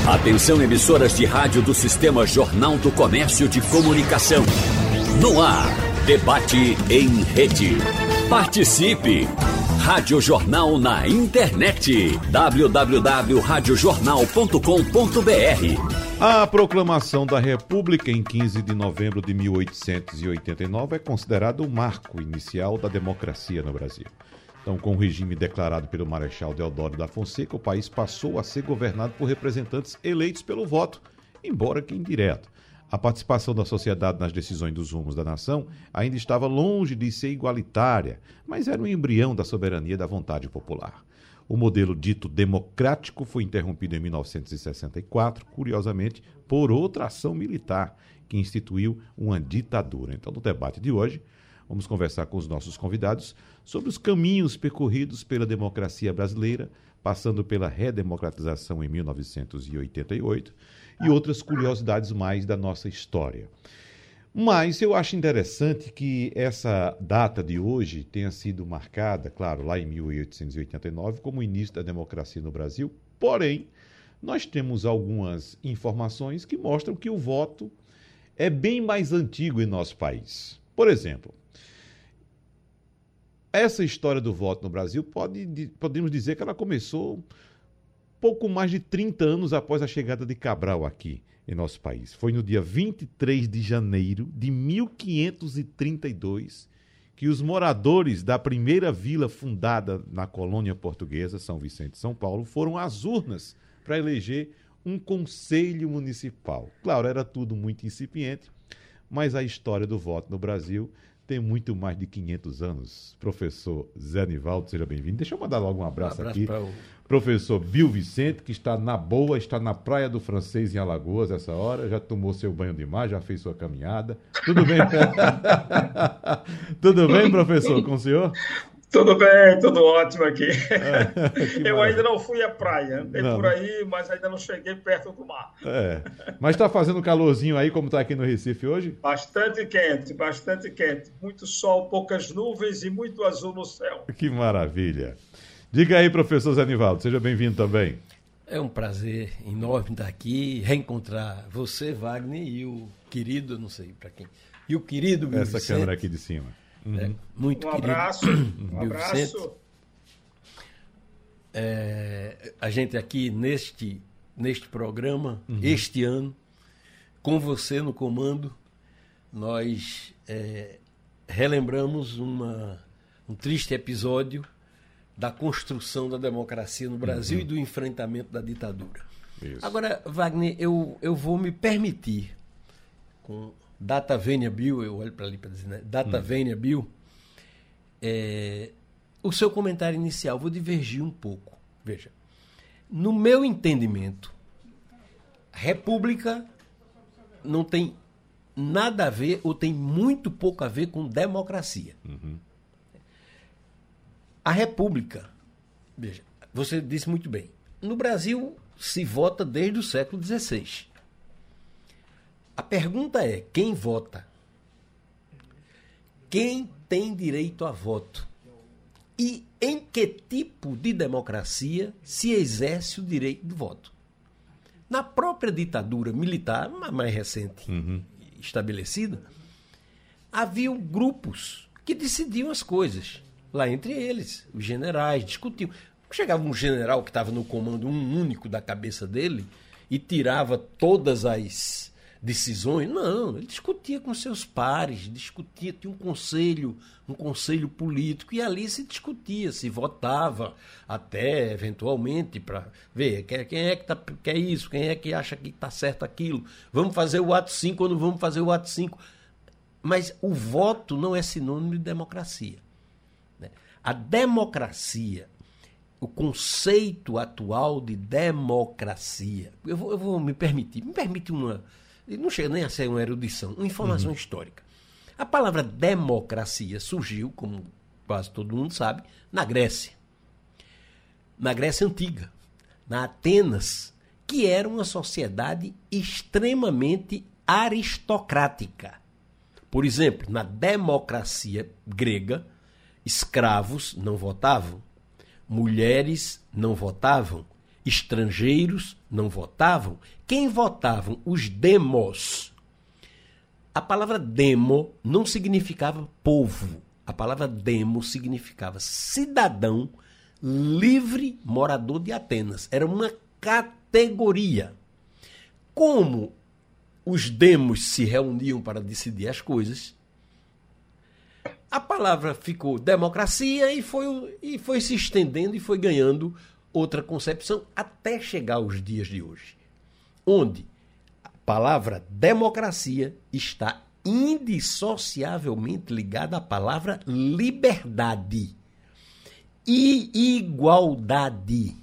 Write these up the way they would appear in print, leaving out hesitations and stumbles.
Atenção, emissoras de rádio do Sistema Jornal do Comércio de Comunicação. No ar, debate em rede. Participe! Rádio Jornal na internet. www.radiojornal.com.br. A proclamação da República em 15 de novembro de 1889 é considerada o marco inicial da democracia no Brasil. Então, com o regime declarado pelo Marechal Deodoro da Fonseca, o país passou a ser governado por representantes eleitos pelo voto, embora que indireto. A participação da sociedade nas decisões dos rumos da nação ainda estava longe de ser igualitária, mas era um embrião da soberania da vontade popular. O modelo dito democrático foi interrompido em 1964, curiosamente, por outra ação militar, que instituiu uma ditadura. Então, no debate de hoje, vamos conversar com os nossos convidados sobre os caminhos percorridos pela democracia brasileira, passando pela redemocratização em 1988 e outras curiosidades mais da nossa história. Mas eu acho interessante que essa data de hoje tenha sido marcada, claro, lá em 1889, como o início da democracia no Brasil. Porém, nós temos algumas informações que mostram que o voto é bem mais antigo em nosso país. Por exemplo, essa história do voto no Brasil, podemos dizer que ela começou pouco mais de 30 anos após a chegada de Cabral aqui em nosso país. Foi no dia 23 de janeiro de 1532 que os moradores da primeira vila fundada na colônia portuguesa, São Vicente, São Paulo, foram às urnas para eleger um conselho municipal. Claro, era tudo muito incipiente, mas a história do voto no Brasil tem muito mais de 500 anos. Professor Zé Nivaldo, seja bem-vindo. Deixa eu mandar logo um abraço aqui. Professor Bill Vicente, que está na boa, está na Praia do Francês, em Alagoas, essa hora, já tomou seu banho de mar, já fez sua caminhada. Tudo bem? Tudo bem, professor, com o senhor? Tudo bem, tudo ótimo aqui. Eu ainda não fui à praia, andei por aí, mas ainda não cheguei perto do mar. Mas está fazendo calorzinho aí, como está aqui no Recife hoje? Bastante quente, bastante quente. Muito sol, poucas nuvens e muito azul no céu. Que maravilha. Diga aí, professor Zé Nivaldo, seja bem-vindo também. É um prazer enorme estar aqui, reencontrar você, Wagner, e o querido, não sei para quem, e o querido Bill Essa Vicente. câmera aqui de cima. Muito querido. Um abraço. A gente aqui neste programa, este ano, com você no comando, nós relembramos um triste episódio da construção da democracia no Brasil e do enfrentamento da ditadura. Isso. Agora, Wagner, eu vou me permitir, com data venia Bill, eu olho para ali para dizer, né? Data venia Bill, o seu comentário inicial, vou divergir um pouco. Veja, no meu entendimento, república não tem nada a ver, ou tem muito pouco a ver com democracia. A república, veja, você disse muito bem, no Brasil se vota desde o século XVI. A pergunta é, quem vota? Quem tem direito a voto? E em que tipo de democracia se exerce o direito de voto? Na própria ditadura militar, mais recente, estabelecida, haviam grupos que decidiam as coisas. Lá entre eles, os generais discutiam. Chegava um general que estava no comando, um único da cabeça dele, e tirava todas as decisões. Não, ele discutia com seus pares, tinha um conselho político, e ali se discutia, se votava, até eventualmente para ver quem é que quer isso, quem é que acha que está certo aquilo. Vamos fazer o ato 5 ou não vamos fazer o ato 5. Mas o voto não é sinônimo de democracia. A democracia, o conceito atual de democracia, eu vou me permite uma, não chega nem a ser uma erudição, uma informação histórica. A palavra democracia surgiu, como quase todo mundo sabe, na Grécia. Na Grécia Antiga, na Atenas, que era uma sociedade extremamente aristocrática. Por exemplo, na democracia grega, escravos não votavam, mulheres não votavam estrangeiros não votavam. Quem votavam? Os demos. A palavra demo não significava povo. A palavra demo significava cidadão livre morador de Atenas. Era uma categoria. Como os demos se reuniam para decidir as coisas, a palavra ficou democracia e foi se estendendo e foi ganhando outra concepção até chegar aos dias de hoje, onde a palavra democracia está indissociavelmente ligada à palavra liberdade e igualdade.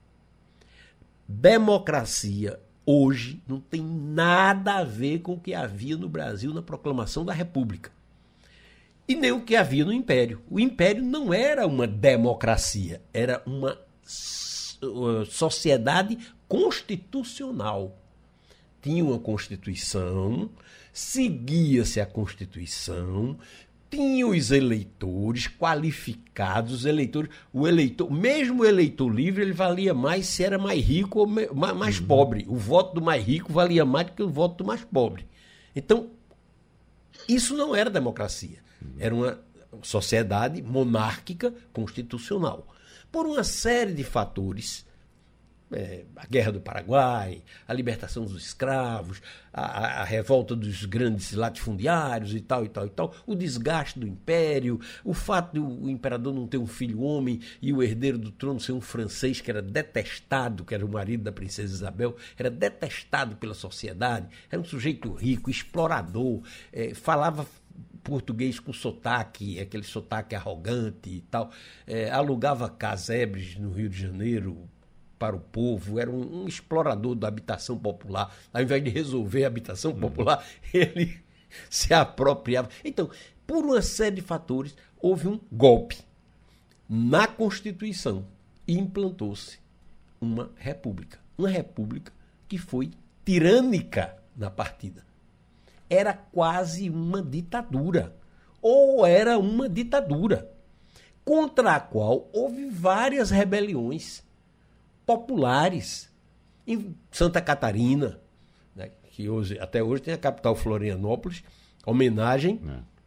Democracia hoje não tem nada a ver com o que havia no Brasil na proclamação da República. E nem o que havia no Império. O Império não era uma democracia, era uma sociedade constitucional. Tinha uma Constituição, seguia-se a Constituição, tinha os eleitores qualificados, mesmo o eleitor livre, ele valia mais se era mais rico ou mais pobre. O voto do mais rico valia mais do que o voto do mais pobre. Então, isso não era democracia. Era uma sociedade monárquica constitucional. Por uma série de fatores, a Guerra do Paraguai, a libertação dos escravos, a revolta dos grandes latifundiários e tal, o desgaste do império, o fato de o imperador não ter um filho homem e o herdeiro do trono ser um francês que era detestado, que era o marido da princesa Isabel, era detestado pela sociedade, era um sujeito rico, explorador, falava português com sotaque, aquele sotaque arrogante e tal, alugava casebres no Rio de Janeiro para o povo, era um explorador da habitação popular. Ao invés de resolver a habitação popular, ele se apropriava. Então, por uma série de fatores, houve um golpe na Constituição e implantou-se uma república. Uma república que foi tirânica na partida. Era quase uma ditadura, ou era uma ditadura, contra a qual houve várias rebeliões populares. Em Santa Catarina, né, que até hoje tem a capital Florianópolis, homenagem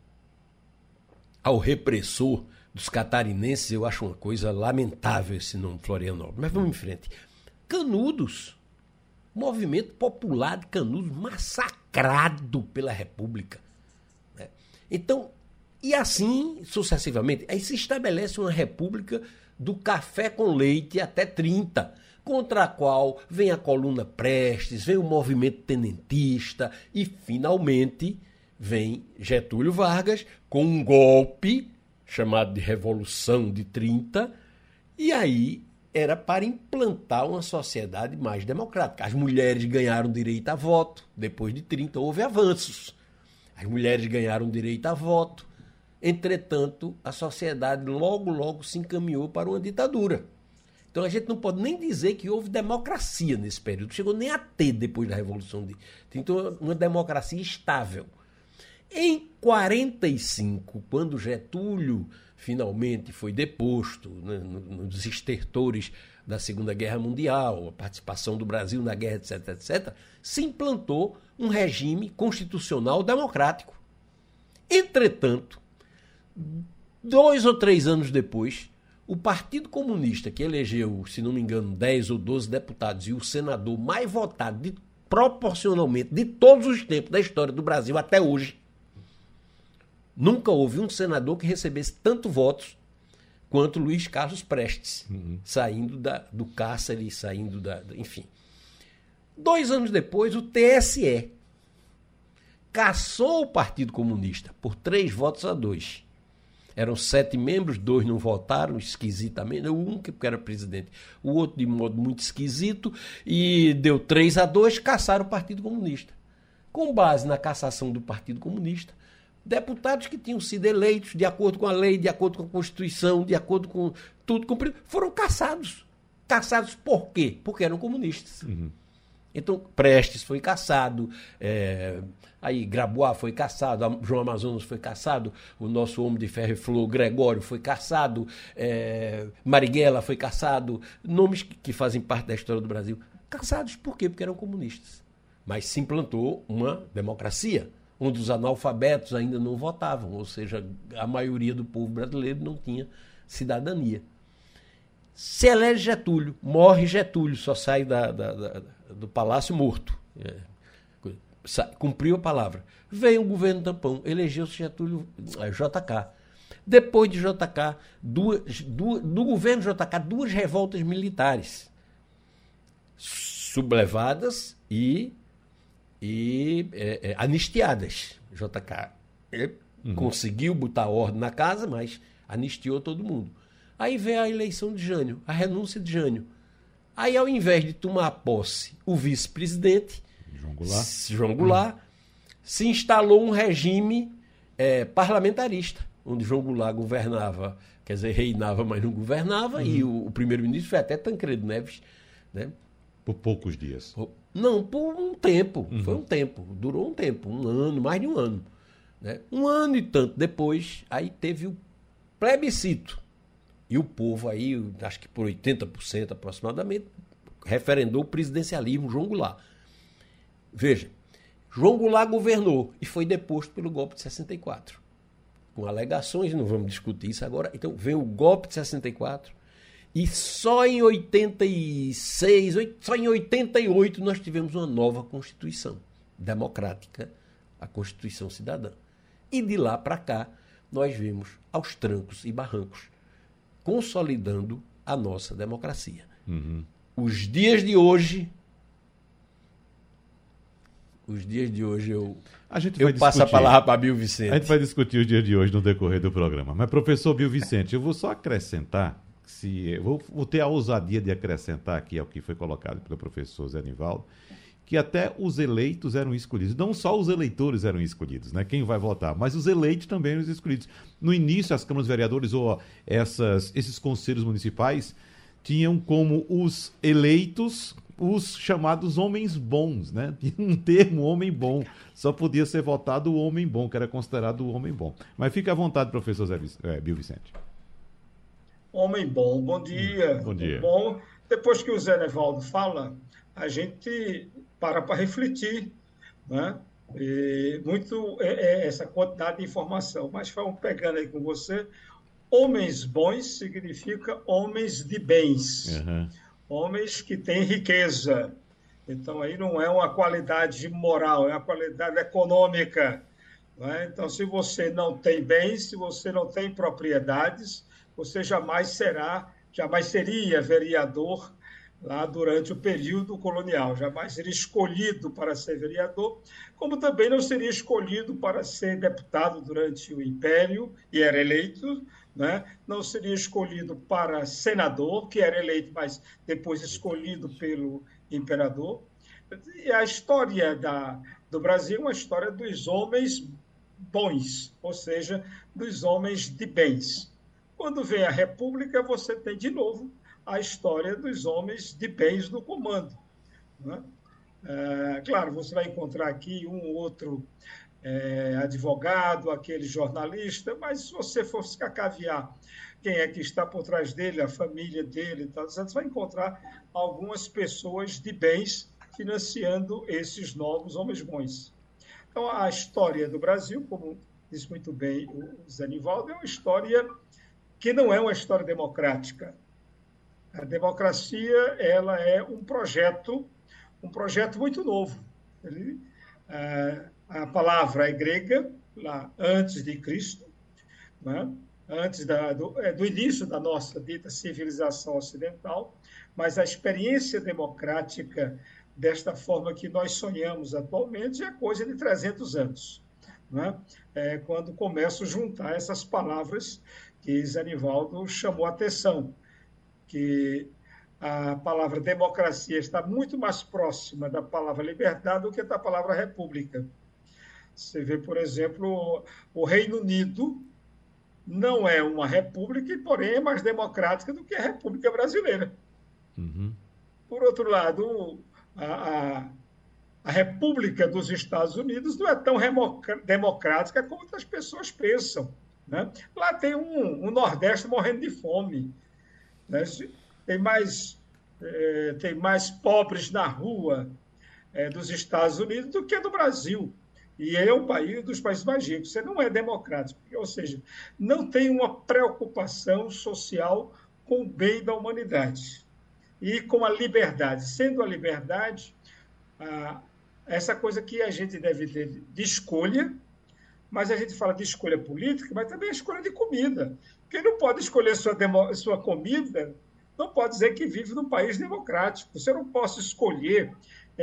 ao repressor dos catarinenses. Eu acho uma coisa lamentável esse nome, Florianópolis. Mas vamos em frente. Canudos. Movimento popular de Canudos massacrado pela República. Né? Então, e assim sucessivamente, aí se estabelece uma república do café com leite até 30, contra a qual vem a Coluna Prestes, vem o movimento tenentista e, finalmente, vem Getúlio Vargas com um golpe chamado de Revolução de 30, e aí era para implantar uma sociedade mais democrática. As mulheres ganharam direito a voto. Depois de 30 houve avanços. As mulheres ganharam direito a voto. Entretanto, a sociedade logo se encaminhou para uma ditadura. Então a gente não pode nem dizer que houve democracia nesse período. Chegou nem a ter depois da Revolução de 30. Então, uma democracia estável. Em 45, quando Getúlio finalmente foi deposto, né, nos estertores da Segunda Guerra Mundial, a participação do Brasil na guerra, etc., se implantou um regime constitucional democrático. Entretanto, 2 ou 3 anos depois, o Partido Comunista, que elegeu, se não me engano, 10 ou 12 deputados e o senador mais votado proporcionalmente de todos os tempos da história do Brasil até hoje, nunca houve um senador que recebesse tanto votos quanto Luiz Carlos Prestes, saindo do cárcere, saindo enfim. 2 anos depois, o TSE cassou o Partido Comunista por 3 votos a 2. Eram 7 membros, 2 não votaram, esquisitamente. Um que era presidente, o outro de modo muito esquisito, e deu 3 a 2, cassaram o Partido Comunista. Com base na cassação do Partido Comunista, deputados que tinham sido eleitos de acordo com a lei, de acordo com a Constituição, de acordo com tudo cumprido, foram cassados. Cassados por quê? Porque eram comunistas. Então, Prestes foi cassado, aí Grabois foi cassado, João Amazonas foi cassado, o nosso homem de ferro e flor, Gregório, foi cassado, Marighella foi cassado, nomes que fazem parte da história do Brasil. Caçados por quê? Porque eram comunistas. Mas se implantou uma democracia, onde os analfabetos ainda não votavam, ou seja, a maioria do povo brasileiro não tinha cidadania. Se elege Getúlio, morre Getúlio, só sai do palácio morto. Cumpriu a palavra. Veio o governo tampão, elegeu-se Getúlio, JK. Depois de JK, do governo JK, 2 revoltas militares sublevadas e anistiadas. JK conseguiu botar ordem na casa, mas anistiou todo mundo. Aí veio a eleição de Jânio, a renúncia de Jânio. Aí, ao invés de tomar posse o vice-presidente, João Goulart, se instalou um regime parlamentarista, onde João Goulart governava, quer dizer, reinava, mas não governava, e o primeiro-ministro foi até Tancredo Neves, né? Por poucos dias. Não, por um tempo. Foi um tempo. Durou um tempo, um ano, mais de um ano. Né? Um ano e tanto depois, aí teve o plebiscito. E o povo aí, acho que por 80% aproximadamente, referendou o presidencialismo João Goulart. Veja, João Goulart governou e foi deposto pelo golpe de 64. Com alegações, não vamos discutir isso agora. Então, veio o golpe de 64 e só em 86, só em 88 nós tivemos uma nova Constituição democrática, a Constituição Cidadã. E de lá para cá, nós vimos aos trancos e barrancos consolidando a nossa democracia. Os dias de hoje eu passo a palavra para Bill Vicente. A gente vai discutir os dias de hoje no decorrer do programa. Mas, professor Bill Vicente, eu vou só acrescentar, vou ter a ousadia de acrescentar aqui ao que foi colocado pelo professor Zé Nivaldo, que até os eleitos eram escolhidos. Não só os eleitores eram escolhidos, né? Quem vai votar, mas os eleitos também eram escolhidos. No início, as câmaras vereadores ou esses conselhos municipais tinham como os eleitos os chamados homens bons, né? Tinha um termo homem bom. Só podia ser votado o homem bom, que era considerado o homem bom. Mas fique à vontade, professor Bill Vicente. Homem bom, bom dia. Bom dia. Bom, depois que o Zé Nivaldo fala, a gente para refletir, né? Essa quantidade de informação. Mas vamos pegando aí com você. Homens bons significa homens de bens. Homens que têm riqueza. Então, aí não é uma qualidade moral, é uma qualidade econômica. Né? Então, se você não tem bens, se você não tem propriedades, você jamais seria vereador lá durante o período colonial, jamais seria escolhido para ser vereador, como também não seria escolhido para ser deputado durante o Império e era eleito, né? Não seria escolhido para senador, que era eleito, mas depois escolhido pelo imperador. E a história do Brasil é uma história dos homens bons, ou seja, dos homens de bens. Quando vem a República, você tem de novo a história dos homens de bens no comando. Né? Claro, você vai encontrar aqui um ou outro advogado, aquele jornalista, mas se você for cacaviar quem é que está por trás dele, a família dele, você vai encontrar algumas pessoas de bens financiando esses novos homens bons. Então, a história do Brasil, como disse muito bem o Zé Nivaldo, é uma história que não é uma história democrática. A democracia, ela é um projeto muito novo. A palavra é grega, lá antes de Cristo, né? Antes do início da nossa dita civilização ocidental, mas a experiência democrática desta forma que nós sonhamos atualmente é coisa de 300 anos. Né? Quando começo a juntar essas palavras que Zé Nivaldo chamou a atenção, que a palavra democracia está muito mais próxima da palavra liberdade do que da palavra república. Você vê, por exemplo, o Reino Unido não é uma república, porém é mais democrática do que a República Brasileira. Por outro lado, a República dos Estados Unidos não é tão democrática como outras pessoas pensam, né? Lá tem um Nordeste morrendo de fome, né? Tem mais pobres na rua dos Estados Unidos do que do Brasil. E é um dos países mais ricos. Você não é democrático, ou seja, não tem uma preocupação social com o bem da humanidade e com a liberdade. Sendo a liberdade essa coisa que a gente deve ter de escolha, mas a gente fala de escolha política, mas também a escolha de comida. Quem não pode escolher sua comida não pode dizer que vive num país democrático. Se eu não posso escolher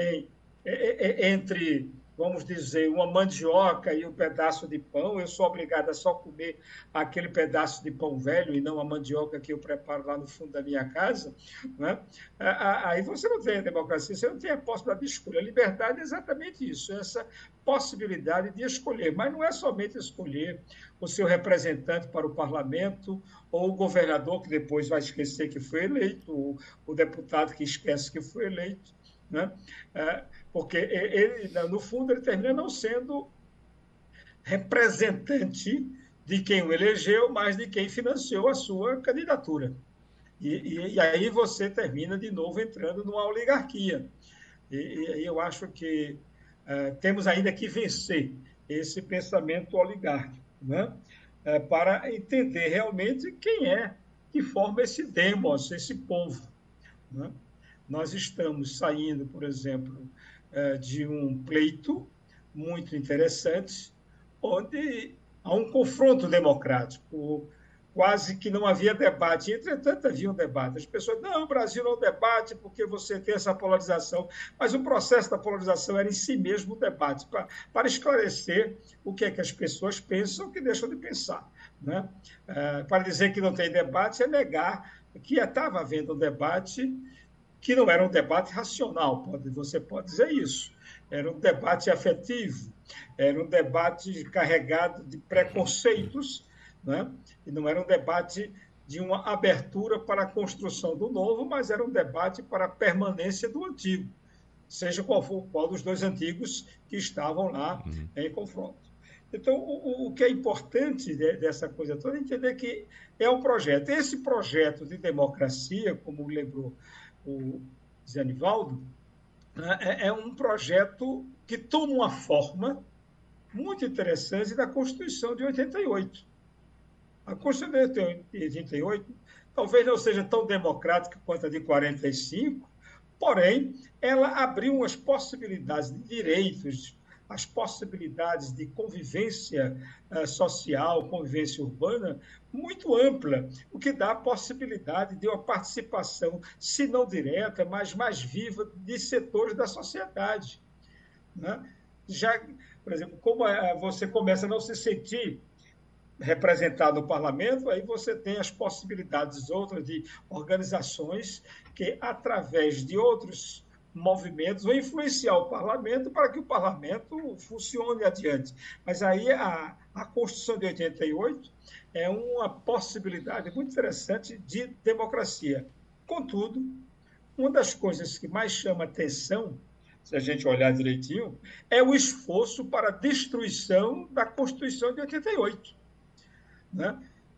entre, vamos dizer, uma mandioca e um pedaço de pão, eu sou obrigado a só comer aquele pedaço de pão velho e não a mandioca que eu preparo lá no fundo da minha casa, né? Aí você não tem a democracia, você não tem a possibilidade de escolha. A liberdade é exatamente isso, essa possibilidade de escolher, mas não é somente escolher o seu representante para o parlamento ou o governador que depois vai esquecer que foi eleito, o deputado que esquece que foi eleito, né? Porque ele, no fundo, ele termina não sendo representante de quem o elegeu, mas de quem financiou a sua candidatura. E aí você termina de novo entrando numa oligarquia. E eu acho que temos ainda que vencer esse pensamento oligárquico, né? Para entender realmente quem é que forma esse demos, esse povo, né? Nós estamos saindo, por exemplo, de um pleito muito interessante, onde há um confronto democrático, quase que não havia debate. Entretanto, havia um debate. As pessoas, não, o Brasil não debate porque você tem essa polarização. Mas o processo da polarização era em si mesmo um debate, para esclarecer o que é que as pessoas pensam ou que deixam de pensar, né? Para dizer que não tem debate é negar que estava havendo um debate que não era um debate racional, você pode dizer isso. Era um debate afetivo, era um debate carregado de preconceitos, né? E não era um debate de uma abertura para a construção do novo, mas era um debate para a permanência do antigo, seja qual for qual dos dois antigos que estavam lá em confronto. Então, o que é importante dessa coisa toda é entender que é um projeto. Esse projeto de democracia, como lembrou o Zé Nivaldo, é um projeto que toma uma forma muito interessante da Constituição de 88. A Constituição de 88 talvez não seja tão democrática quanto a de 45, porém, ela abriu umas possibilidades de direitos, as possibilidades de convivência social, convivência urbana, muito ampla, o que dá a possibilidade de uma participação, se não direta, mas mais viva, de setores da sociedade, né? Já, por exemplo, como você começa a não se sentir representado no parlamento, aí você tem as possibilidades outras de organizações que, através de outros movimentos, vão influenciar o parlamento para que o parlamento funcione adiante. Mas aí a Constituição de 88 é uma possibilidade muito interessante de democracia. Contudo, uma das coisas que mais chama atenção, se a gente olhar direitinho, é o esforço para a destruição da Constituição de 88. Né?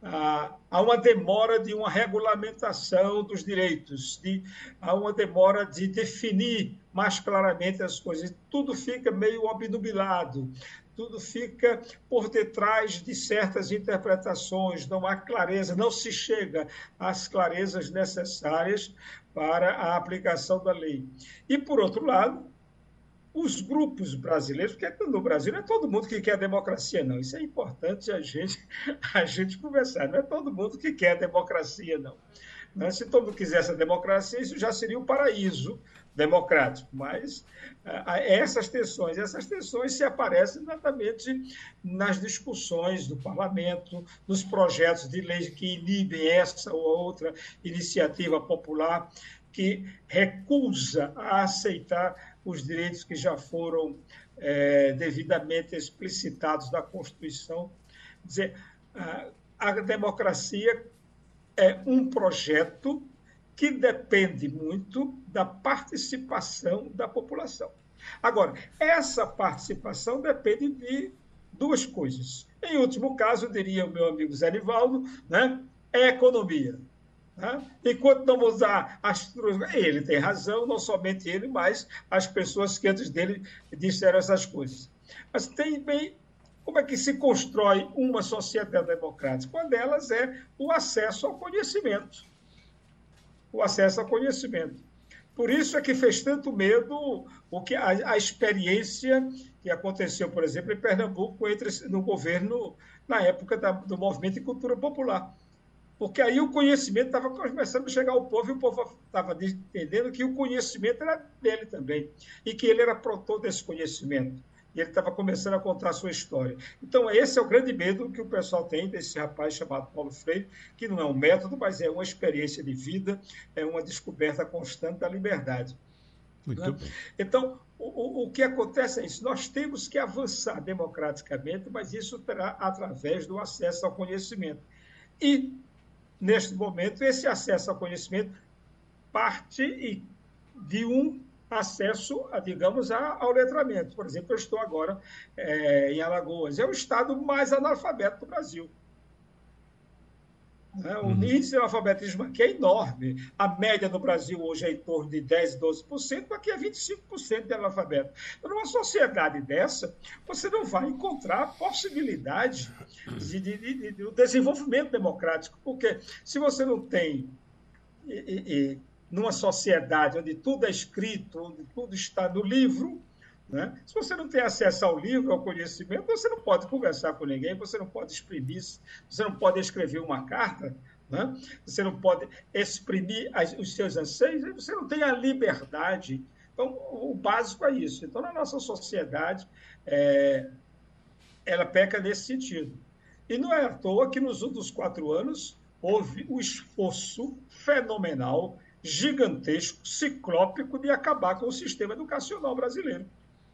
Há uma demora de uma regulamentação dos direitos, há uma demora de definir mais claramente as coisas. Tudo fica meio obnubilado, tudo fica por detrás de certas interpretações, não há clareza, não se chega às clarezas necessárias para a aplicação da lei. E, por outro lado, os grupos brasileiros, porque no Brasil não é todo mundo que quer a democracia, não. Isso é importante a gente conversar. Não é todo mundo que quer a democracia, não. Se todo mundo quisesse a democracia, isso já seria um paraíso democrático. Mas essas tensões se aparecem exatamente nas discussões do parlamento, nos projetos de lei que inibem essa ou outra iniciativa popular, que recusa a aceitar os direitos que já foram devidamente explicitados na Constituição. Quer dizer, a democracia é um projeto que depende muito da participação da população. Agora, essa participação depende de duas coisas. Em último caso, diria o meu amigo Zé Nivaldo, né, é economia. Né? Enquanto não usar ele tem razão, não somente ele, mas as pessoas que antes dele disseram essas coisas. Mas tem bem como é que se constrói uma sociedade democrática? Uma delas é o acesso ao conhecimento. O acesso ao conhecimento. Por isso é que fez tanto medo a experiência que aconteceu, por exemplo, em Pernambuco, no governo, na época do Movimento de Cultura Popular. Porque aí o conhecimento estava começando a chegar ao povo, e o povo estava entendendo que o conhecimento era dele também, e que ele era produtor desse conhecimento. E ele estava começando a contar a sua história. Então, esse é o grande medo que o pessoal tem desse rapaz chamado Paulo Freire, que não é um método, mas é uma experiência de vida, é uma descoberta constante da liberdade. Muito bem. Então, o que acontece é isso. Nós temos que avançar democraticamente, mas isso terá através do acesso ao conhecimento. E, neste momento, esse acesso ao conhecimento parte de um acesso, digamos, ao letramento. Por exemplo, eu estou agora em Alagoas. É o estado mais analfabeto do Brasil. O índice de analfabetismo aqui é enorme. A média do Brasil hoje é em torno de 10%, 12%, aqui é 25% de analfabeto. Então, numa sociedade dessa, você não vai encontrar a possibilidade do desenvolvimento democrático, porque se você não tem... numa sociedade onde tudo é escrito, onde tudo está no livro, né? Se você não tem acesso ao livro, ao conhecimento, você não pode conversar com ninguém, você não pode exprimir, você não pode escrever uma carta, né? Você não pode exprimir os seus anseios, você não tem a liberdade. Então, o básico é isso. Então, na nossa sociedade, ela peca nesse sentido. E não é à toa que nos últimos 4 anos houve um esforço fenomenal, gigantesco, ciclópico, de acabar com o sistema educacional brasileiro.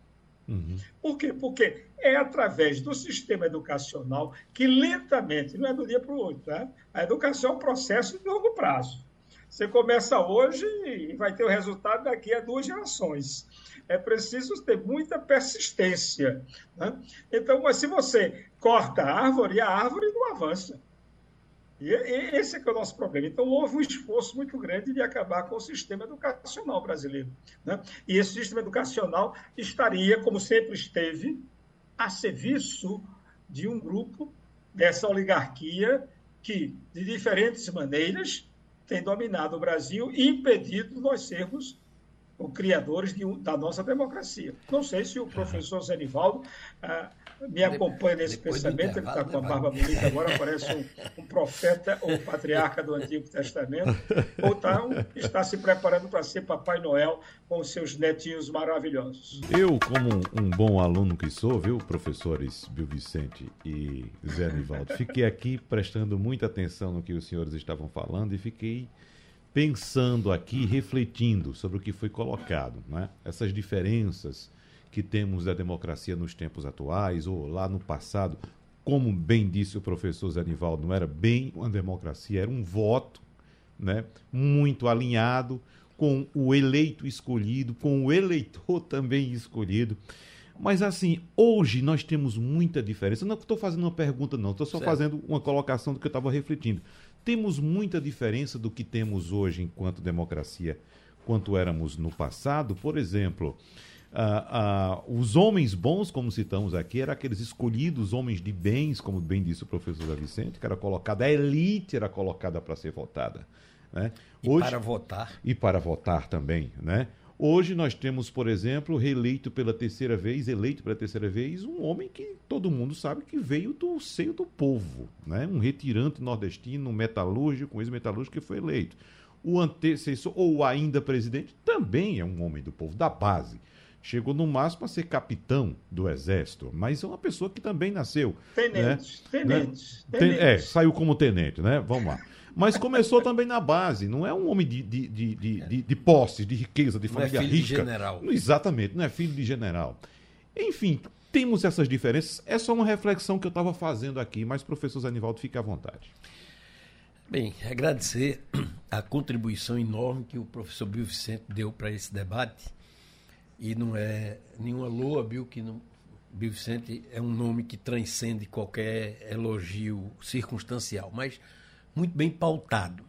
Por quê? Porque é através do sistema educacional que lentamente, não é do dia para o outro, tá? A educação é um processo de longo prazo. Você começa hoje e vai ter o resultado daqui a 2 gerações. É preciso ter muita persistência, né? Então, mas se você corta a árvore não avança. E esse é que é o nosso problema. Então, houve um esforço muito grande de acabar com o sistema educacional brasileiro, né? E esse sistema educacional estaria, como sempre esteve, a serviço de um grupo dessa oligarquia que, de diferentes maneiras, tem dominado o Brasil e impedido nós sermos os criadores da nossa democracia. Não sei se o professor Zé Nivaldo me acompanha nesse pensamento, ele está com a barba bonita agora, parece um profeta ou patriarca do Antigo Testamento, ou está se preparando para ser Papai Noel com os seus netinhos maravilhosos. Eu, como um bom aluno que sou, viu, professores Bill Vicente e Zé Nivaldo, fiquei aqui prestando muita atenção no que os senhores estavam falando e fiquei pensando aqui, refletindo sobre o que foi colocado, né? Essas diferenças que temos da democracia nos tempos atuais ou lá no passado, como bem disse o professor Zé Nivaldo, não era bem uma democracia, era um voto, né? Muito alinhado com o eleito escolhido, com o eleitor também escolhido. Mas assim, hoje nós temos muita diferença. Não estou fazendo uma pergunta, não, estou só fazendo uma colocação do que eu estava refletindo. Temos muita diferença do que temos hoje enquanto democracia, quanto éramos no passado. Por exemplo, os homens bons, como citamos aqui, eram aqueles escolhidos homens de bens, como bem disse o professor Zé Vicente, que era colocada, a elite era colocada para ser votada, né? Hoje, para votar. E para votar também, né? Hoje nós temos, por exemplo, eleito pela terceira vez, um homem que todo mundo sabe que veio do seio do povo, né? Um retirante nordestino, um metalúrgico, um ex-metalúrgico que foi eleito. O antecessor, ou ainda presidente, também é um homem do povo, da base. Chegou no máximo a ser capitão do exército, mas é uma pessoa que também nasceu. Tenente. Saiu como tenente, né? Vamos lá. Mas começou também na base, não é um homem de posses, de riqueza, de família rica. Não é filho de general. Exatamente, não é filho de general. Enfim, temos essas diferenças. É só uma reflexão que eu estava fazendo aqui, mas professor Zé Nivaldo, fique à vontade. Bem, agradecer a contribuição enorme que o professor Bill Vicente deu para esse debate. E não é nenhuma loa, Bill, que não... Bill Vicente é um nome que transcende qualquer elogio circunstancial, mas muito bem pautado.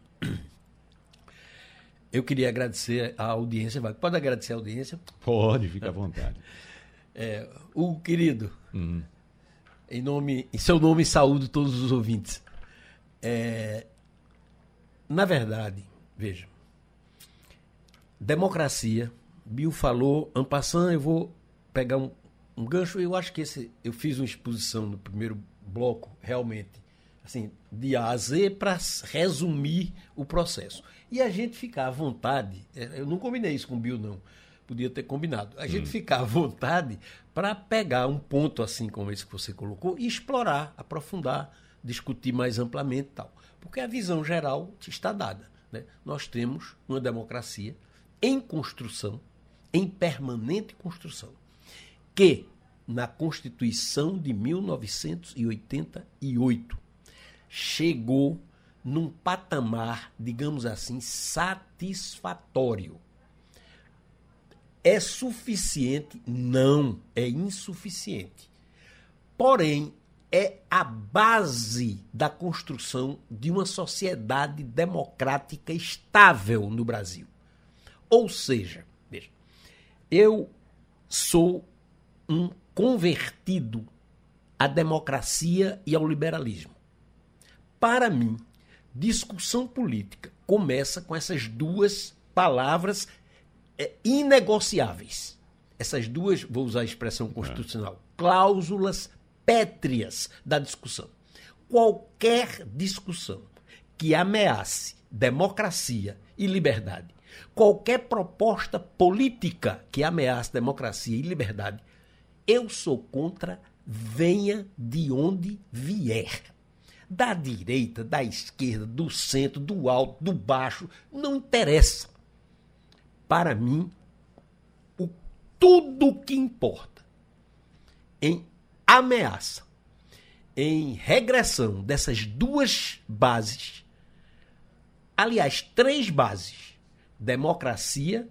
Eu queria agradecer a audiência. Pode agradecer a audiência? Pode, fica à vontade. O querido, em seu nome, saúdo todos os ouvintes. Na verdade, veja, democracia, Bill falou, en passant, eu vou pegar um gancho, eu acho que eu fiz uma exposição no primeiro bloco, realmente, assim, de A a Z, para resumir o processo. E a gente ficar à vontade, eu não combinei isso com o Bill, não, podia ter combinado, a gente ficar à vontade para pegar um ponto assim como esse que você colocou e explorar, aprofundar, discutir mais amplamente e tal. Porque a visão geral está dada, né? Nós temos uma democracia em construção, em permanente construção, que na Constituição de 1988 chegou num patamar, digamos assim, satisfatório. É suficiente? Não, é insuficiente. Porém, é a base da construção de uma sociedade democrática estável no Brasil. Ou seja, veja, eu sou um convertido à democracia e ao liberalismo. Para mim, discussão política começa com essas duas palavras inegociáveis. Essas duas, vou usar a expressão constitucional, cláusulas pétreas da discussão. Qualquer discussão que ameace democracia e liberdade, qualquer proposta política que ameace democracia e liberdade, eu sou contra, venha de onde vier. Da direita, da esquerda, do centro, do alto, do baixo, não interessa. Para mim, tudo que importa em ameaça, em regressão dessas duas bases, aliás, 3 bases, democracia,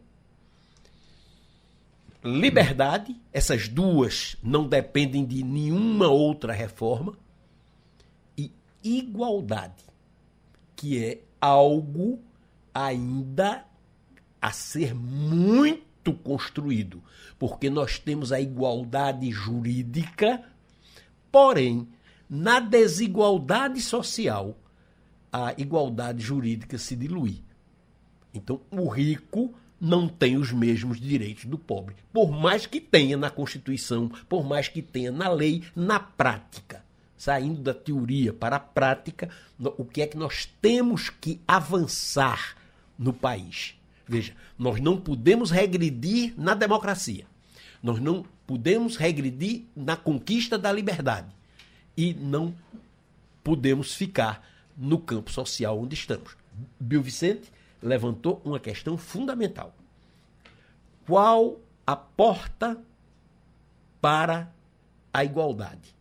liberdade, essas duas não dependem de nenhuma outra reforma, e igualdade, que é algo ainda a ser muito construído, porque nós temos a igualdade jurídica, porém, na desigualdade social, a igualdade jurídica se dilui. Então, o rico não tem os mesmos direitos do pobre, por mais que tenha na Constituição, por mais que tenha na lei, na prática. Saindo da teoria para a prática, o que é que nós temos que avançar no país? Veja, nós não podemos regredir na democracia. Nós não podemos regredir na conquista da liberdade. E não podemos ficar no campo social onde estamos. Bill Vicente levantou uma questão fundamental. Qual a porta para a igualdade?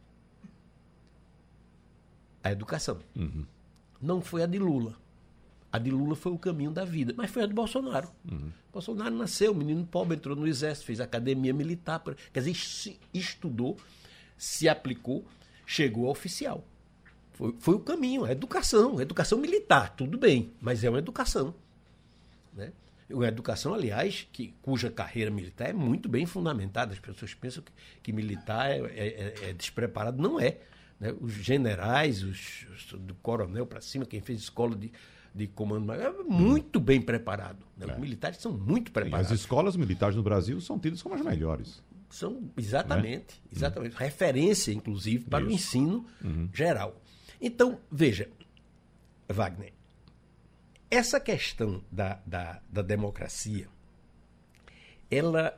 A educação. Não foi a de Lula. A de Lula foi o caminho da vida, mas foi a de Bolsonaro. Bolsonaro nasceu, menino pobre, entrou no exército, fez academia militar, quer dizer, estudou, se aplicou, chegou a oficial. Foi o caminho, a educação militar, tudo bem, mas é uma educação. Né? Uma educação, aliás, cuja carreira militar é muito bem fundamentada. As pessoas pensam que militar é despreparado. Não é. Né? Os generais, do coronel para cima, quem fez escola de comando, é muito bem preparado. Né? Os militares são muito preparados. As escolas militares no Brasil são tidas como as melhores. São, exatamente. Referência, inclusive, para o ensino geral. Então, veja, Wagner, essa questão da democracia, ela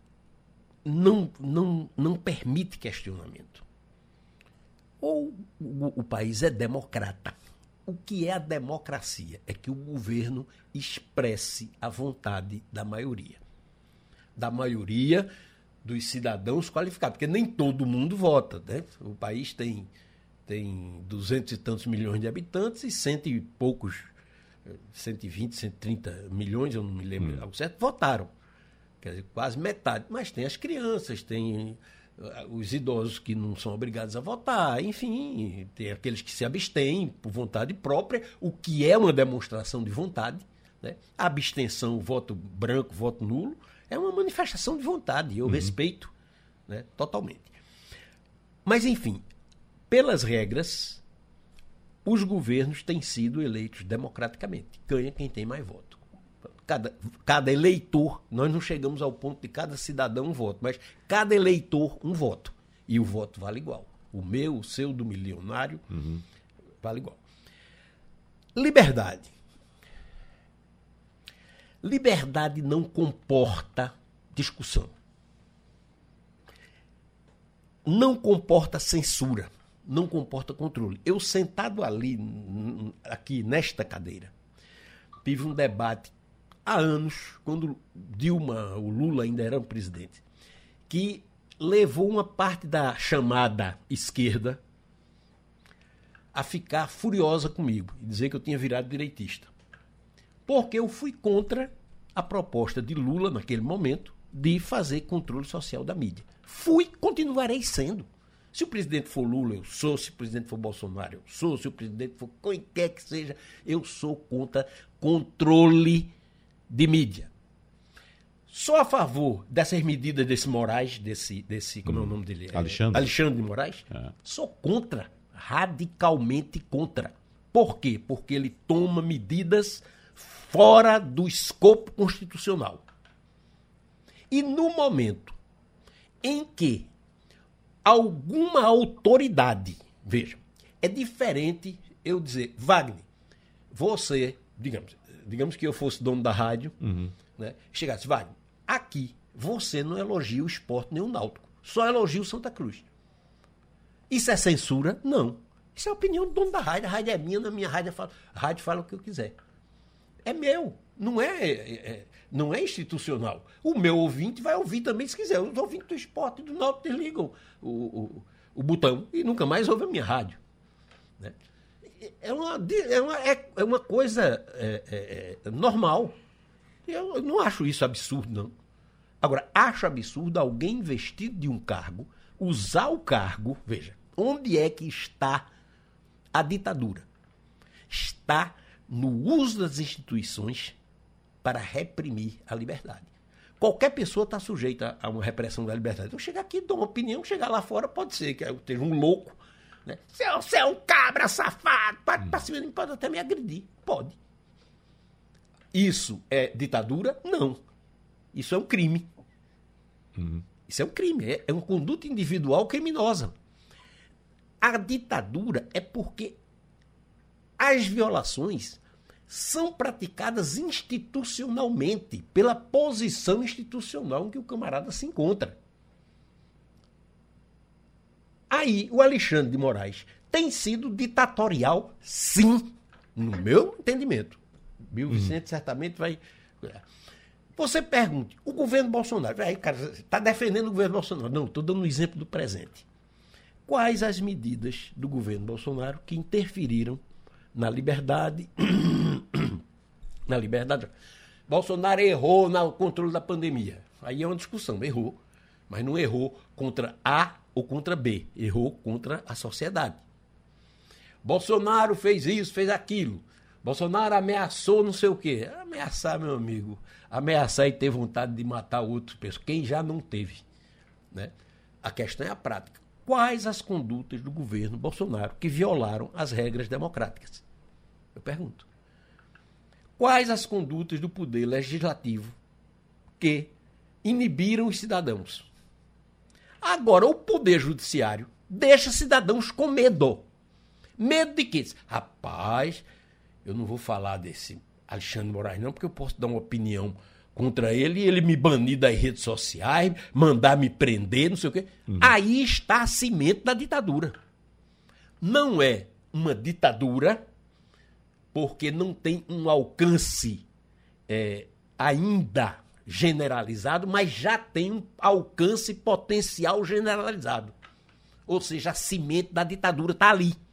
não permite questionamento. Ou o país é democrata. O que é a democracia? É que o governo expresse a vontade da maioria. Da maioria dos cidadãos qualificados, porque nem todo mundo vota. Né? O país tem tem 200 e tantos milhões de habitantes e 100 e poucos, 120, 130 milhões, eu não me lembro algo certo, votaram. Quer dizer, quase metade. Mas tem as crianças, tem os idosos que não são obrigados a votar, enfim, tem aqueles que se abstêm por vontade própria, o que é uma demonstração de vontade, né? A abstenção, voto branco, voto nulo, é uma manifestação de vontade, eu respeito, né, totalmente. Mas, enfim, pelas regras, os governos têm sido eleitos democraticamente. Ganha quem tem mais voto. Cada eleitor, nós não chegamos ao ponto de cada cidadão um voto, mas cada eleitor um voto. E o voto vale igual. O meu, o seu, do milionário, vale igual. Liberdade. Liberdade não comporta discussão. Não comporta censura. Não comporta controle. Eu, sentado ali, aqui nesta cadeira, tive um debate há anos, quando o Lula ainda era presidente, que levou uma parte da chamada esquerda a ficar furiosa comigo e dizer que eu tinha virado direitista. Porque eu fui contra a proposta de Lula, naquele momento, de fazer controle social da mídia. Continuarei sendo. Se o presidente for Lula, eu sou. Se o presidente for Bolsonaro, eu sou. Se o presidente for quem quer que seja, eu sou contra controle de mídia. Sou a favor dessas medidas desse Moraes, como é o nome dele? Alexandre de Moraes. Sou contra, radicalmente contra. Por quê? Porque ele toma medidas fora do escopo constitucional. E no momento em que alguma autoridade, veja, é diferente eu dizer, Wagner, você, digamos que eu fosse dono da rádio, né, chegasse, Wagner, aqui você não elogia o Sport nem o Náutico, só elogia o Santa Cruz. Isso é censura? Não. Isso é a opinião do dono da rádio. A rádio é minha, na minha rádio fala o que eu quiser. É meu, não é institucional. O meu ouvinte vai ouvir também se quiser. Os ouvintes do Sport e do Náutico desligam o botão e nunca mais ouvem a minha rádio. Né? É uma coisa normal. Eu não acho isso absurdo, não. Agora, acho absurdo alguém investido de um cargo, usar o cargo, veja, onde é que está a ditadura? Está no uso das instituições para reprimir a liberdade. Qualquer pessoa está sujeita a uma repressão da liberdade. Eu chegar aqui, dou uma opinião, chegar lá fora, pode ser que eu esteja um louco, né? Você é um cabra safado, pode até me agredir. Pode. Isso é ditadura? Não. Isso é um crime. Isso é um crime. É uma conduta individual criminosa. A ditadura é porque as violações são praticadas institucionalmente, pela posição institucional em que o camarada se encontra. Aí, o Alexandre de Moraes tem sido ditatorial, sim, no meu entendimento. Bill Vicente certamente vai... Você pergunta, o governo Bolsonaro, aí, cara, está defendendo o governo Bolsonaro. Não, estou dando um exemplo do presente. Quais as medidas do governo Bolsonaro que interferiram na liberdade? Na liberdade. Bolsonaro errou no controle da pandemia. Aí é uma discussão, errou. Mas não errou contra A ou contra B. Errou contra a sociedade. Bolsonaro fez isso, fez aquilo. Bolsonaro ameaçou não sei o quê. Ameaçar, meu amigo. Ameaçar e ter vontade de matar outras pessoas. Quem já não teve. Né? A questão é a prática. Quais as condutas do governo Bolsonaro que violaram as regras democráticas? Eu pergunto. Quais as condutas do poder legislativo que inibiram os cidadãos? Agora, o poder judiciário deixa cidadãos com medo. Medo de quê? Rapaz, eu não vou falar desse Alexandre de Moraes não, porque eu posso dar uma opinião contra ele e ele me banir das redes sociais, mandar me prender, não sei o quê. Aí está a cimento da ditadura. Não é uma ditadura porque não tem um alcance ainda generalizado, mas já tem um alcance potencial generalizado. Ou seja, a cimento da ditadura está ali.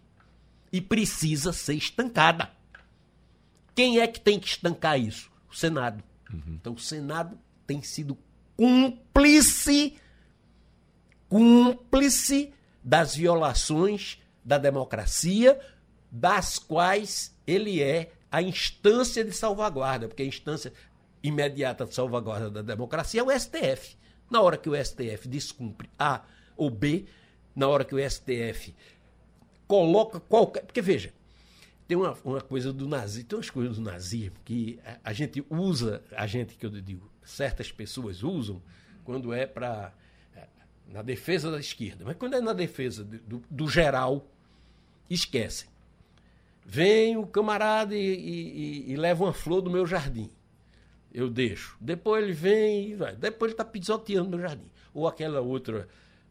e precisa ser estancada. Quem é que tem que estancar isso? O Senado. Então, o Senado tem sido cúmplice das violações da democracia, das quais ele é a instância de salvaguarda, porque a instância imediata de salvaguarda da democracia é o STF. Na hora que o STF descumpre A ou B, na hora que o STF coloca qualquer... Porque, veja, tem uma coisa do nazismo, tem umas coisas do nazismo que a gente usa, que eu digo, certas pessoas usam quando é na defesa da esquerda. Mas quando é na defesa do geral, esquecem. Vem o camarada e leva uma flor do meu jardim. Eu deixo. Depois ele vem e vai. Depois ele está pisoteando meu jardim. Ou aquela outra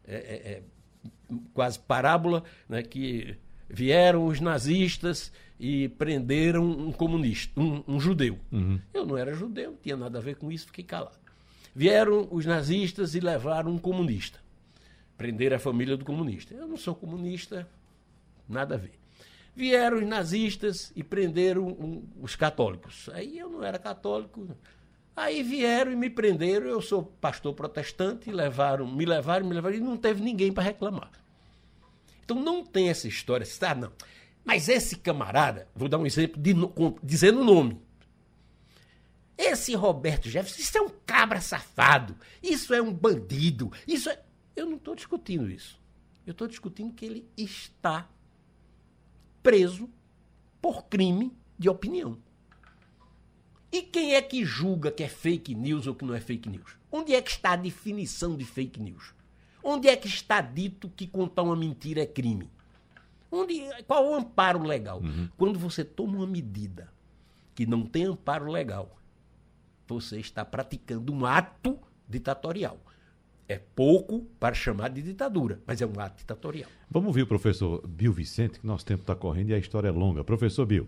quase parábola, né, que vieram os nazistas e prenderam um comunista, um judeu. Eu não era judeu, não tinha nada a ver com isso, fiquei calado. Vieram os nazistas e levaram um comunista. Prenderam a família do comunista. Eu não sou comunista, nada a ver. Vieram os nazistas e prenderam os católicos. Aí eu não era católico. Aí vieram e me prenderam. Eu sou pastor protestante, me levaram e não teve ninguém para reclamar. Então não tem essa história. Não. Mas esse camarada, vou dar um exemplo dizendo o nome. Esse Roberto Jefferson, isso é um cabra safado. Isso é um bandido. Eu não estou discutindo isso. Eu estou discutindo que ele está preso por crime de opinião. E quem é que julga que é fake news ou que não é fake news? Onde é que está a definição de fake news? Onde é que está dito que contar uma mentira é crime? Qual o amparo legal? Quando você toma uma medida que não tem amparo legal, você está praticando um ato ditatorial. É pouco para chamar de ditadura, mas é um ato ditatorial. Vamos ouvir o professor Bill Vicente, que nosso tempo está correndo e a história é longa. Professor Bill.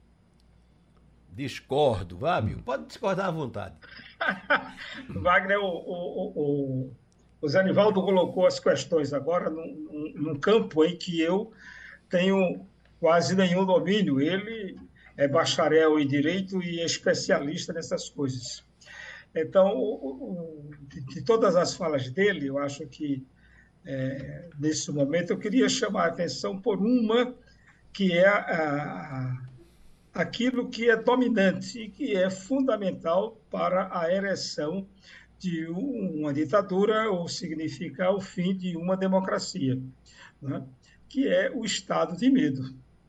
Discordo, Bill. Pode discordar à vontade. Wagner, o Zé Nivaldo colocou as questões agora num campo em que eu tenho quase nenhum domínio. Ele é bacharel em Direito e é especialista nessas coisas. Então, de todas as falas dele, eu acho que, nesse momento, eu queria chamar a atenção por uma que é aquilo que é dominante e que é fundamental para a ereção de uma ditadura, ou significa o fim de uma democracia, né? Que é o estado de medo.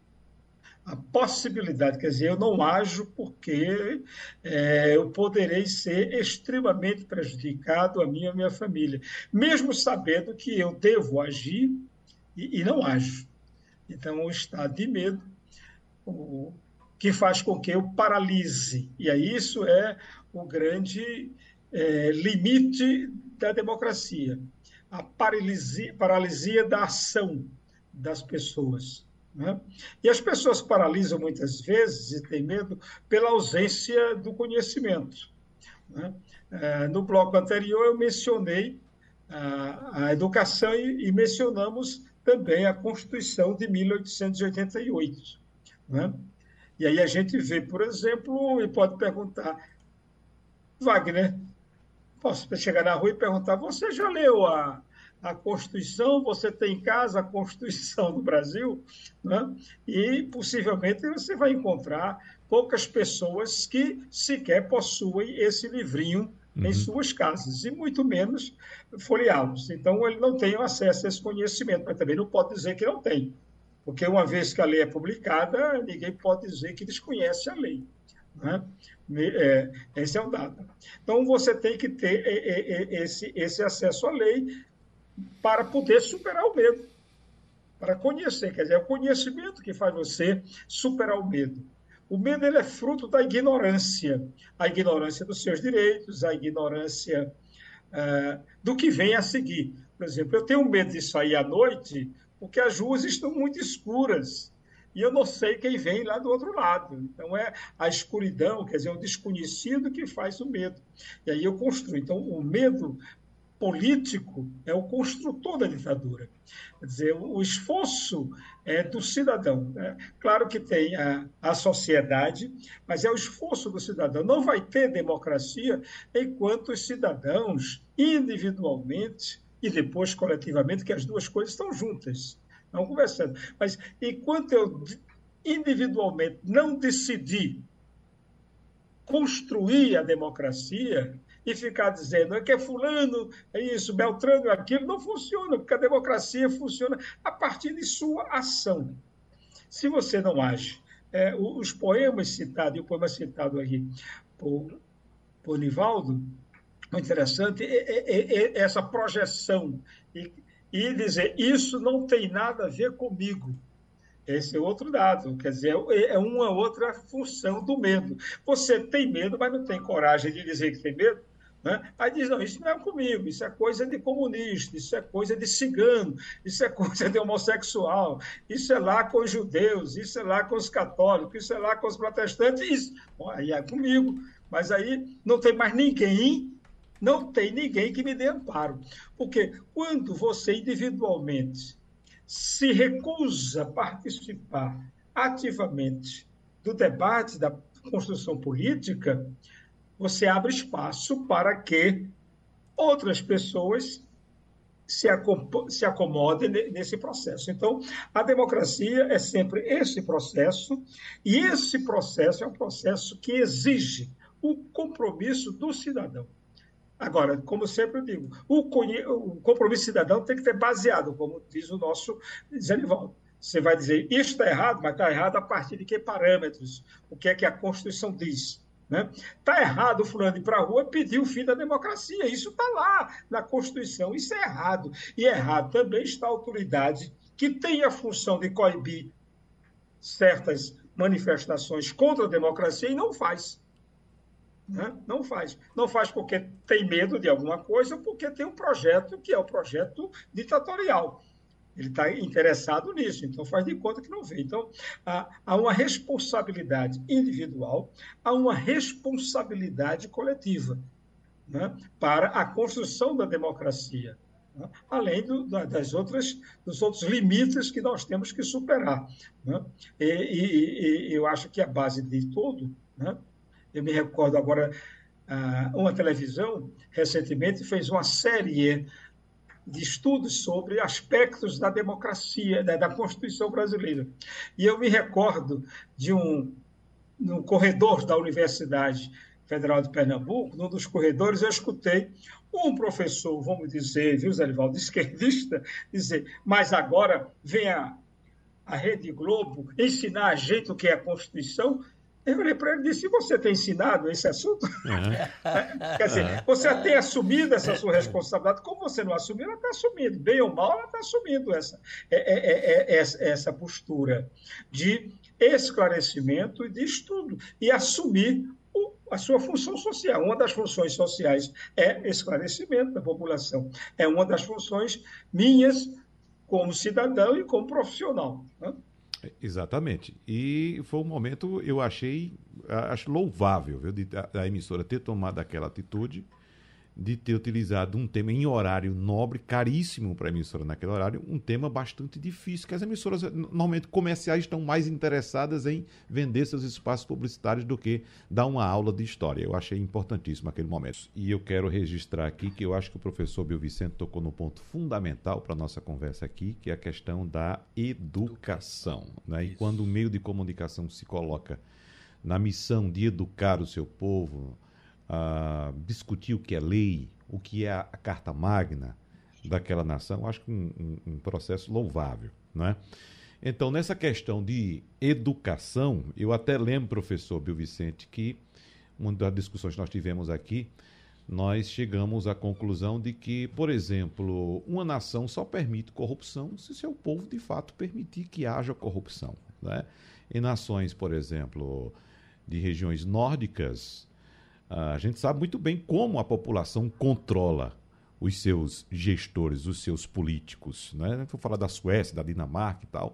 A possibilidade, quer dizer, eu não ajo porque eu poderei ser extremamente prejudicado, a minha família, mesmo sabendo que eu devo agir e não ajo. Então, o estado de medo, que faz com que eu paralise. E aí isso é o grande limite da democracia, a paralisia da ação das pessoas. Né? E as pessoas paralisam muitas vezes e têm medo pela ausência do conhecimento. Né? No bloco anterior eu mencionei a educação e mencionamos também a Constituição de 1888. Né? E aí a gente vê, por exemplo, e pode perguntar, Wagner, posso chegar na rua e perguntar, você já leu a Constituição, você tem em casa a Constituição do Brasil, né? E possivelmente você vai encontrar poucas pessoas que sequer possuem esse livrinho em suas casas, e muito menos folheá-los. Então, ele não tem acesso a esse conhecimento, mas também não pode dizer que não tem, porque uma vez que a lei é publicada, ninguém pode dizer que desconhece a lei. Né? Esse é um dado. Então, você tem que ter esse acesso à lei para poder superar o medo, para conhecer. Quer dizer, é o conhecimento que faz você superar o medo. O medo ele é fruto da ignorância. A ignorância dos seus direitos, a ignorância do que vem a seguir. Por exemplo, eu tenho medo de sair à noite porque as ruas estão muito escuras e eu não sei quem vem lá do outro lado. Então, é a escuridão, quer dizer, o desconhecido que faz o medo. E aí eu construo. Então, o medo político é o construtor da ditadura. Quer dizer, o esforço é do cidadão. Né? Claro que tem a sociedade, mas é o esforço do cidadão. Não vai ter democracia enquanto os cidadãos, individualmente e depois coletivamente, que as duas coisas estão juntas, não conversando. Mas enquanto eu individualmente não decidir construir a democracia e ficar dizendo é que é fulano, é isso, Beltrano, é aquilo, não funciona, porque a democracia funciona a partir de sua ação. Se você não age, os poemas citados, e o poema citado aqui por Nivaldo, muito interessante, essa projeção e dizer isso não tem nada a ver comigo. Esse é outro dado, quer dizer, é uma outra função do medo. Você tem medo, mas não tem coragem de dizer que tem medo, né? Aí diz, não, isso não é comigo, isso é coisa de comunista, isso é coisa de cigano, isso é coisa de homossexual, isso é lá com os judeus, isso é lá com os católicos, isso é lá com os protestantes, isso. Bom, aí é comigo, mas aí não tem mais ninguém, não tem ninguém que me dê amparo. Porque quando você individualmente se recusa a participar ativamente do debate da construção política, você abre espaço para que outras pessoas se acomodem nesse processo. Então, a democracia é sempre esse processo, e esse processo é um processo que exige o compromisso do cidadão. Agora, como sempre eu digo, o compromisso cidadão tem que ser baseado, como diz o nosso Zé Nivaldo. Você vai dizer, isso está errado, mas está errado a partir de que parâmetros? O que é que a Constituição diz? Está errado o fulano ir para a rua e pedir o fim da democracia. Isso está lá na Constituição, isso é errado. E errado também está a autoridade que tem a função de coibir certas manifestações contra a democracia e não faz. Não faz. Não faz porque tem medo de alguma coisa ou porque tem um projeto que é o projeto ditatorial. Ele está interessado nisso, então faz de conta que não vê. Então, há uma responsabilidade individual, há uma responsabilidade coletiva, né, para a construção da democracia, né, além dos outros limites que nós temos que superar. Né? E eu acho que a base de tudo, né, eu me recordo agora, uma televisão recentemente fez uma série de estudos sobre aspectos da democracia, da Constituição brasileira. E eu me recordo de no corredor da Universidade Federal de Pernambuco, num dos corredores, eu escutei um professor, vamos dizer, viu, Zé Nivaldo, esquerdista, dizer, mas agora vem a Rede Globo ensinar a gente o que é a Constituição. Eu olhei para ele e disse, você tem ensinado esse assunto? Uhum. Quer dizer, você tem assumido essa sua responsabilidade. Como você não assumiu, ela está assumindo. Bem ou mal, ela está assumindo essa postura de esclarecimento e de estudo. E assumir a sua função social. Uma das funções sociais é esclarecimento da população. É uma das funções minhas como cidadão e como profissional, né? Exatamente. E foi um momento, eu acho louvável, viu, da emissora ter tomado aquela atitude de ter utilizado um tema em horário nobre, caríssimo para a emissora naquele horário, um tema bastante difícil, que as emissoras normalmente comerciais estão mais interessadas em vender seus espaços publicitários do que dar uma aula de história. Eu achei importantíssimo aquele momento. E eu quero registrar aqui que eu acho que o professor Bill Vicente tocou no ponto fundamental para a nossa conversa aqui, que é a questão da educação, né? E quando o meio de comunicação se coloca na missão de educar o seu povo, discutir o que é lei, o que é a Carta Magna daquela nação, acho que um processo louvável, não é? Então, nessa questão de educação, eu até lembro, professor Bill Vicente, que uma das discussões que nós tivemos aqui, nós chegamos à conclusão de que, por exemplo, uma nação só permite corrupção se seu povo, de fato, permitir que haja corrupção, né? Em nações, por exemplo, de regiões nórdicas, a gente sabe muito bem como a população controla os seus gestores, os seus políticos, né? Vou falar da Suécia, da Dinamarca e tal.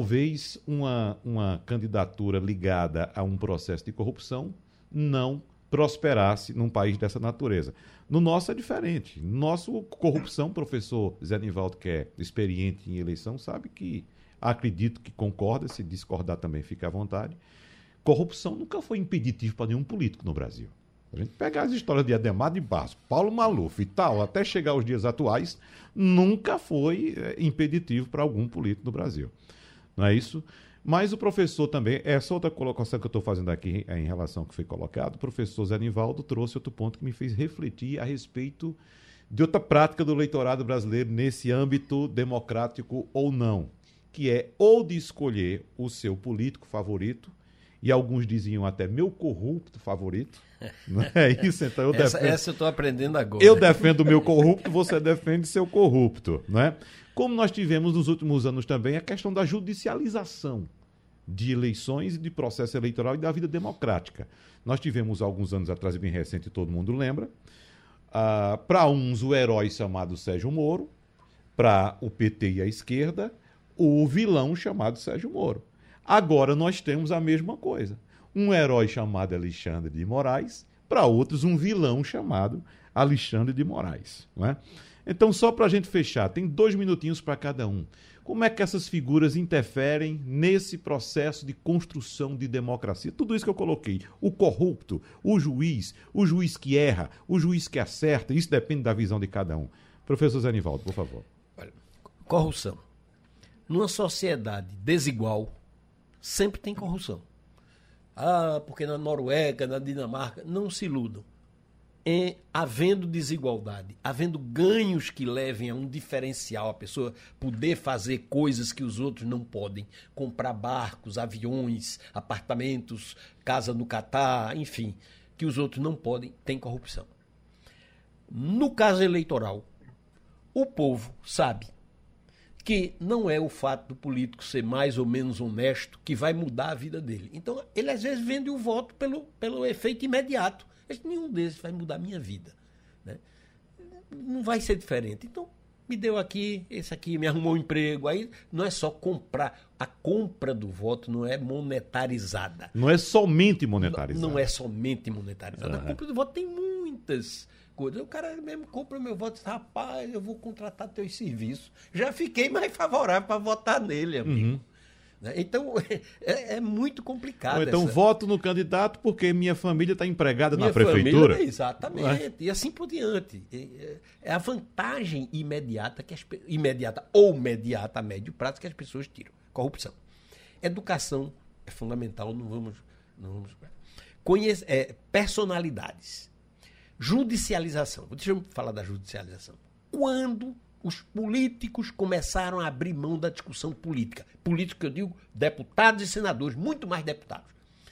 Talvez uma candidatura ligada a um processo de corrupção não prosperasse num país dessa natureza. No nosso é diferente. No nosso, corrupção, o professor Zé Nivaldo, que é experiente em eleição, sabe que, acredito que concorda, se discordar também fica à vontade. Corrupção nunca foi impeditivo para nenhum político no Brasil. A gente pegar as histórias de Adhemar de Barros, Paulo Maluf e tal, até chegar aos dias atuais, nunca foi impeditivo para algum político no Brasil. Não é isso? Mas o professor também, essa outra colocação que eu estou fazendo aqui em relação ao que foi colocado, o professor Zé Nivaldo trouxe outro ponto que me fez refletir a respeito de outra prática do eleitorado brasileiro nesse âmbito democrático ou não, que é ou de escolher o seu político favorito, e alguns diziam até meu corrupto favorito. Não é isso? Então eu defendo... Essa eu estou aprendendo agora. Eu defendo o meu corrupto, você defende seu corrupto. Não é? Como nós tivemos nos últimos anos também a questão da judicialização de eleições e de processo eleitoral e da vida democrática. Nós tivemos alguns anos atrás, bem recente, todo mundo lembra, para uns o herói chamado Sérgio Moro, para o PT e a esquerda, o vilão chamado Sérgio Moro. Agora nós temos a mesma coisa. Um herói chamado Alexandre de Moraes, para outros um vilão chamado Alexandre de Moraes. Não é? Então, só para a gente fechar, tem 2 minutinhos para cada um. Como é que essas figuras interferem nesse processo de construção de democracia? Tudo isso que eu coloquei. O corrupto, o juiz que erra, o juiz que acerta, isso depende da visão de cada um. Professor Zé Nivaldo, por favor. Olha, corrupção. Numa sociedade desigual, sempre tem corrupção. Porque na Noruega, na Dinamarca, não se iludam. Havendo desigualdade, havendo ganhos que levem a um diferencial, a pessoa poder fazer coisas que os outros não podem, comprar barcos, aviões, apartamentos, casa no Catar, enfim, que os outros não podem, tem corrupção. No caso eleitoral, o povo sabe que não é o fato do político ser mais ou menos honesto que vai mudar a vida dele. Então, ele às vezes vende o voto pelo efeito imediato. Nenhum desses vai mudar a minha vida. Né? Não vai ser diferente. Então, me deu aqui, esse aqui me arrumou um emprego. Aí não é só comprar. A compra do voto não é monetarizada. Não é somente monetarizada. Não é somente monetarizada. A compra do voto tem muitas coisas. O cara mesmo compra o meu voto e diz, rapaz, eu vou contratar teus serviços. Já fiquei mais favorável para votar nele, amigo. Uhum. Então, é muito complicado. Ou então, voto no candidato porque minha família está empregada na prefeitura. Família, exatamente. E assim por diante. É a vantagem imediata, imediata a médio prazo que as pessoas tiram. Corrupção. Educação é fundamental, não vamos. Personalidades. Judicialização. Deixa eu falar da judicialização. Quando os políticos começaram a abrir mão da discussão política. Político que eu digo, deputados e senadores, muito mais deputados.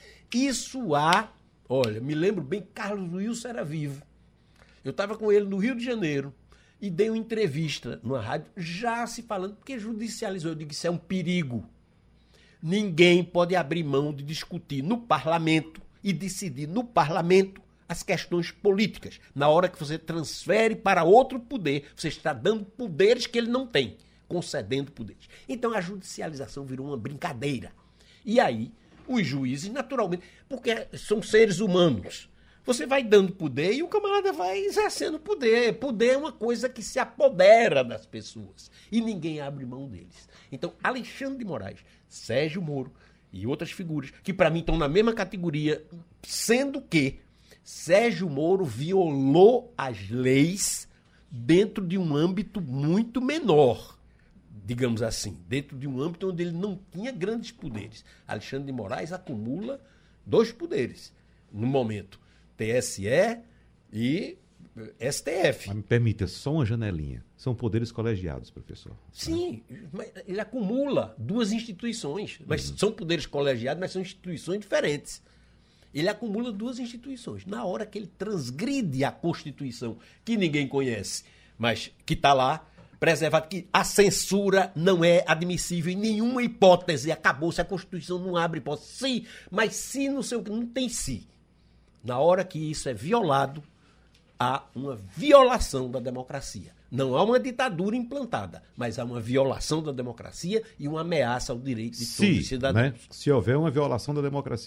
Olha, me lembro bem, Carlos Wilson era vivo. Eu estava com ele no Rio de Janeiro e dei uma entrevista numa rádio, já se falando, porque judicializou. Eu digo, isso é um perigo. Ninguém pode abrir mão de discutir no parlamento e decidir no parlamento as questões políticas. Na hora que você transfere para outro poder, você está dando poderes que ele não tem, concedendo poderes. Então a judicialização virou uma brincadeira. E aí, os juízes, naturalmente, porque são seres humanos, você vai dando poder e o camarada vai exercendo poder. Poder é uma coisa que se apodera das pessoas e ninguém abre mão deles. Então, Alexandre de Moraes, Sérgio Moro e outras figuras que para mim estão na mesma categoria, sendo que Sérgio Moro violou as leis dentro de um âmbito muito menor, digamos assim, dentro de um âmbito onde ele não tinha grandes poderes. Alexandre de Moraes acumula 2 poderes no momento, TSE e STF. Mas me permita, só uma janelinha. São poderes colegiados, professor. Sim, mas ele acumula 2 instituições, mas são poderes colegiados, mas são instituições diferentes. Ele acumula 2 instituições. Na hora que ele transgride a Constituição, que ninguém conhece, mas que está lá, preservado, que a censura não é admissível em nenhuma hipótese. Acabou-se, a Constituição não abre hipótese. Sim, mas se não sei o que, não tem si. Na hora que isso é violado, há uma violação da democracia. Não há uma ditadura implantada, mas há uma violação da democracia e uma ameaça ao direito de todos os cidadãos. Né? Se houver uma violação da democracia.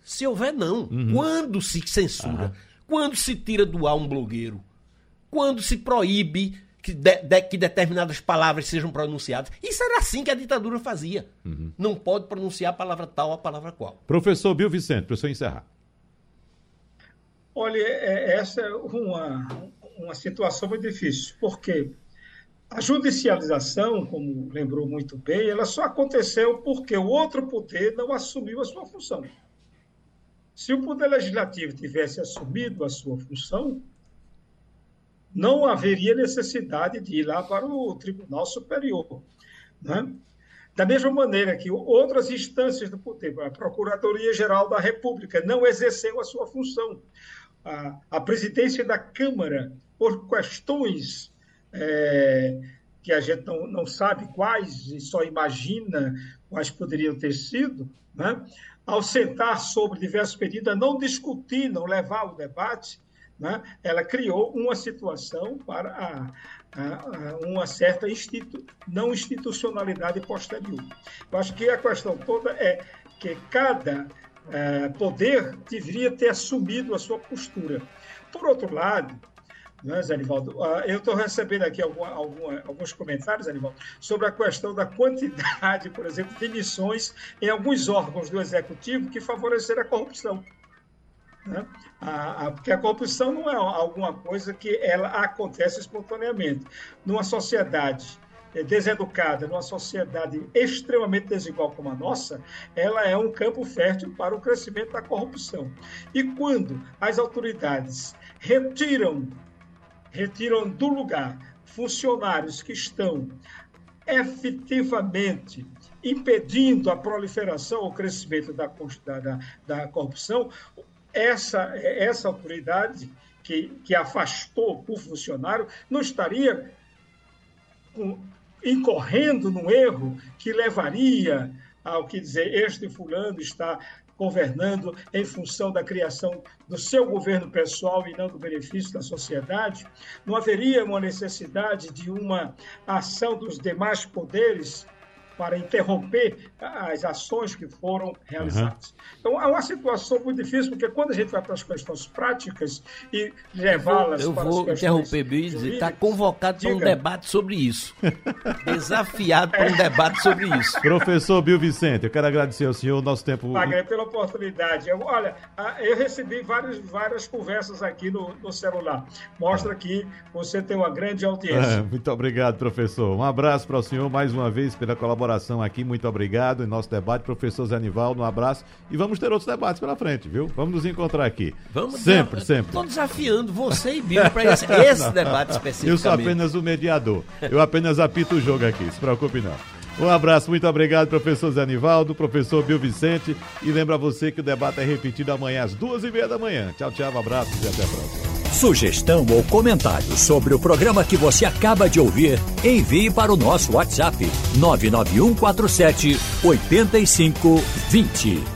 Se houver, não. Quando se censura? Quando se tira do ar um blogueiro? Quando se proíbe que determinadas palavras sejam pronunciadas? Isso era assim que a ditadura fazia. Não pode pronunciar a palavra tal ou a palavra qual. Professor Bill Vicente, para o senhor encerrar. Olha, essa é uma situação muito difícil, porque a judicialização, como lembrou muito bem, ela só aconteceu porque o outro poder não assumiu a sua função. Se o Poder Legislativo tivesse assumido a sua função, não haveria necessidade de ir lá para o Tribunal Superior, né? Da mesma maneira que outras instâncias do poder, a Procuradoria-Geral da República, não exerceu a sua função. A presidência da Câmara, por questões que a gente não sabe quais, e só imagina quais poderiam ter sido, né? Ao sentar sobre diversos pedidos, não discutir, não levar o debate, né? Ela criou uma situação para uma certa não institucionalidade posterior. Eu acho que a questão toda é que cada poder deveria ter assumido a sua postura. Por outro lado, né, Zé Nivaldo, eu estou recebendo aqui alguns comentários, Zé Nivaldo, sobre a questão da quantidade, por exemplo, de missões em alguns órgãos do Executivo que favoreceram a corrupção. Né? Porque a corrupção não é alguma coisa que ela acontece espontaneamente. Numa sociedade deseducada, numa sociedade extremamente desigual como a nossa, ela é um campo fértil para o crescimento da corrupção. E quando as autoridades retiram do lugar funcionários que estão efetivamente impedindo a proliferação ou crescimento da corrupção, essa autoridade que afastou o funcionário não estaria incorrendo num erro que levaria ao que dizer, este fulano está governando em função da criação do seu governo pessoal e não do benefício da sociedade. Não haveria uma necessidade de uma ação dos demais poderes para interromper as ações que foram realizadas. Então, é uma situação muito difícil, porque quando a gente vai para as questões práticas e levá-las para as questões... Eu vou interromper, Bill, e dizer, está convocado para um debate sobre isso. Desafiado para um debate sobre isso. Professor Bill Vicente, eu quero agradecer ao senhor o nosso tempo... Paguei pela oportunidade. Olha, eu recebi várias conversas aqui no celular. Mostra que você tem uma grande audiência. Muito obrigado, professor. Um abraço para o senhor mais uma vez pela colaboração aqui, muito obrigado em nosso debate, professor Zé Nivaldo, um abraço e vamos ter outros debates pela frente, viu? Vamos nos encontrar aqui. Sempre. Estou desafiando você e Bill para esse debate especificamente. Eu sou apenas o mediador, eu apenas apito o jogo aqui, se preocupe não. Um abraço, muito obrigado, professor Zé Nivaldo, professor Bill Vicente, e lembra você que o debate é repetido amanhã às 2h30 da manhã. Tchau, um abraço e até a próxima. Sugestão ou comentário sobre o programa que você acaba de ouvir, envie para o nosso WhatsApp 99147 8520.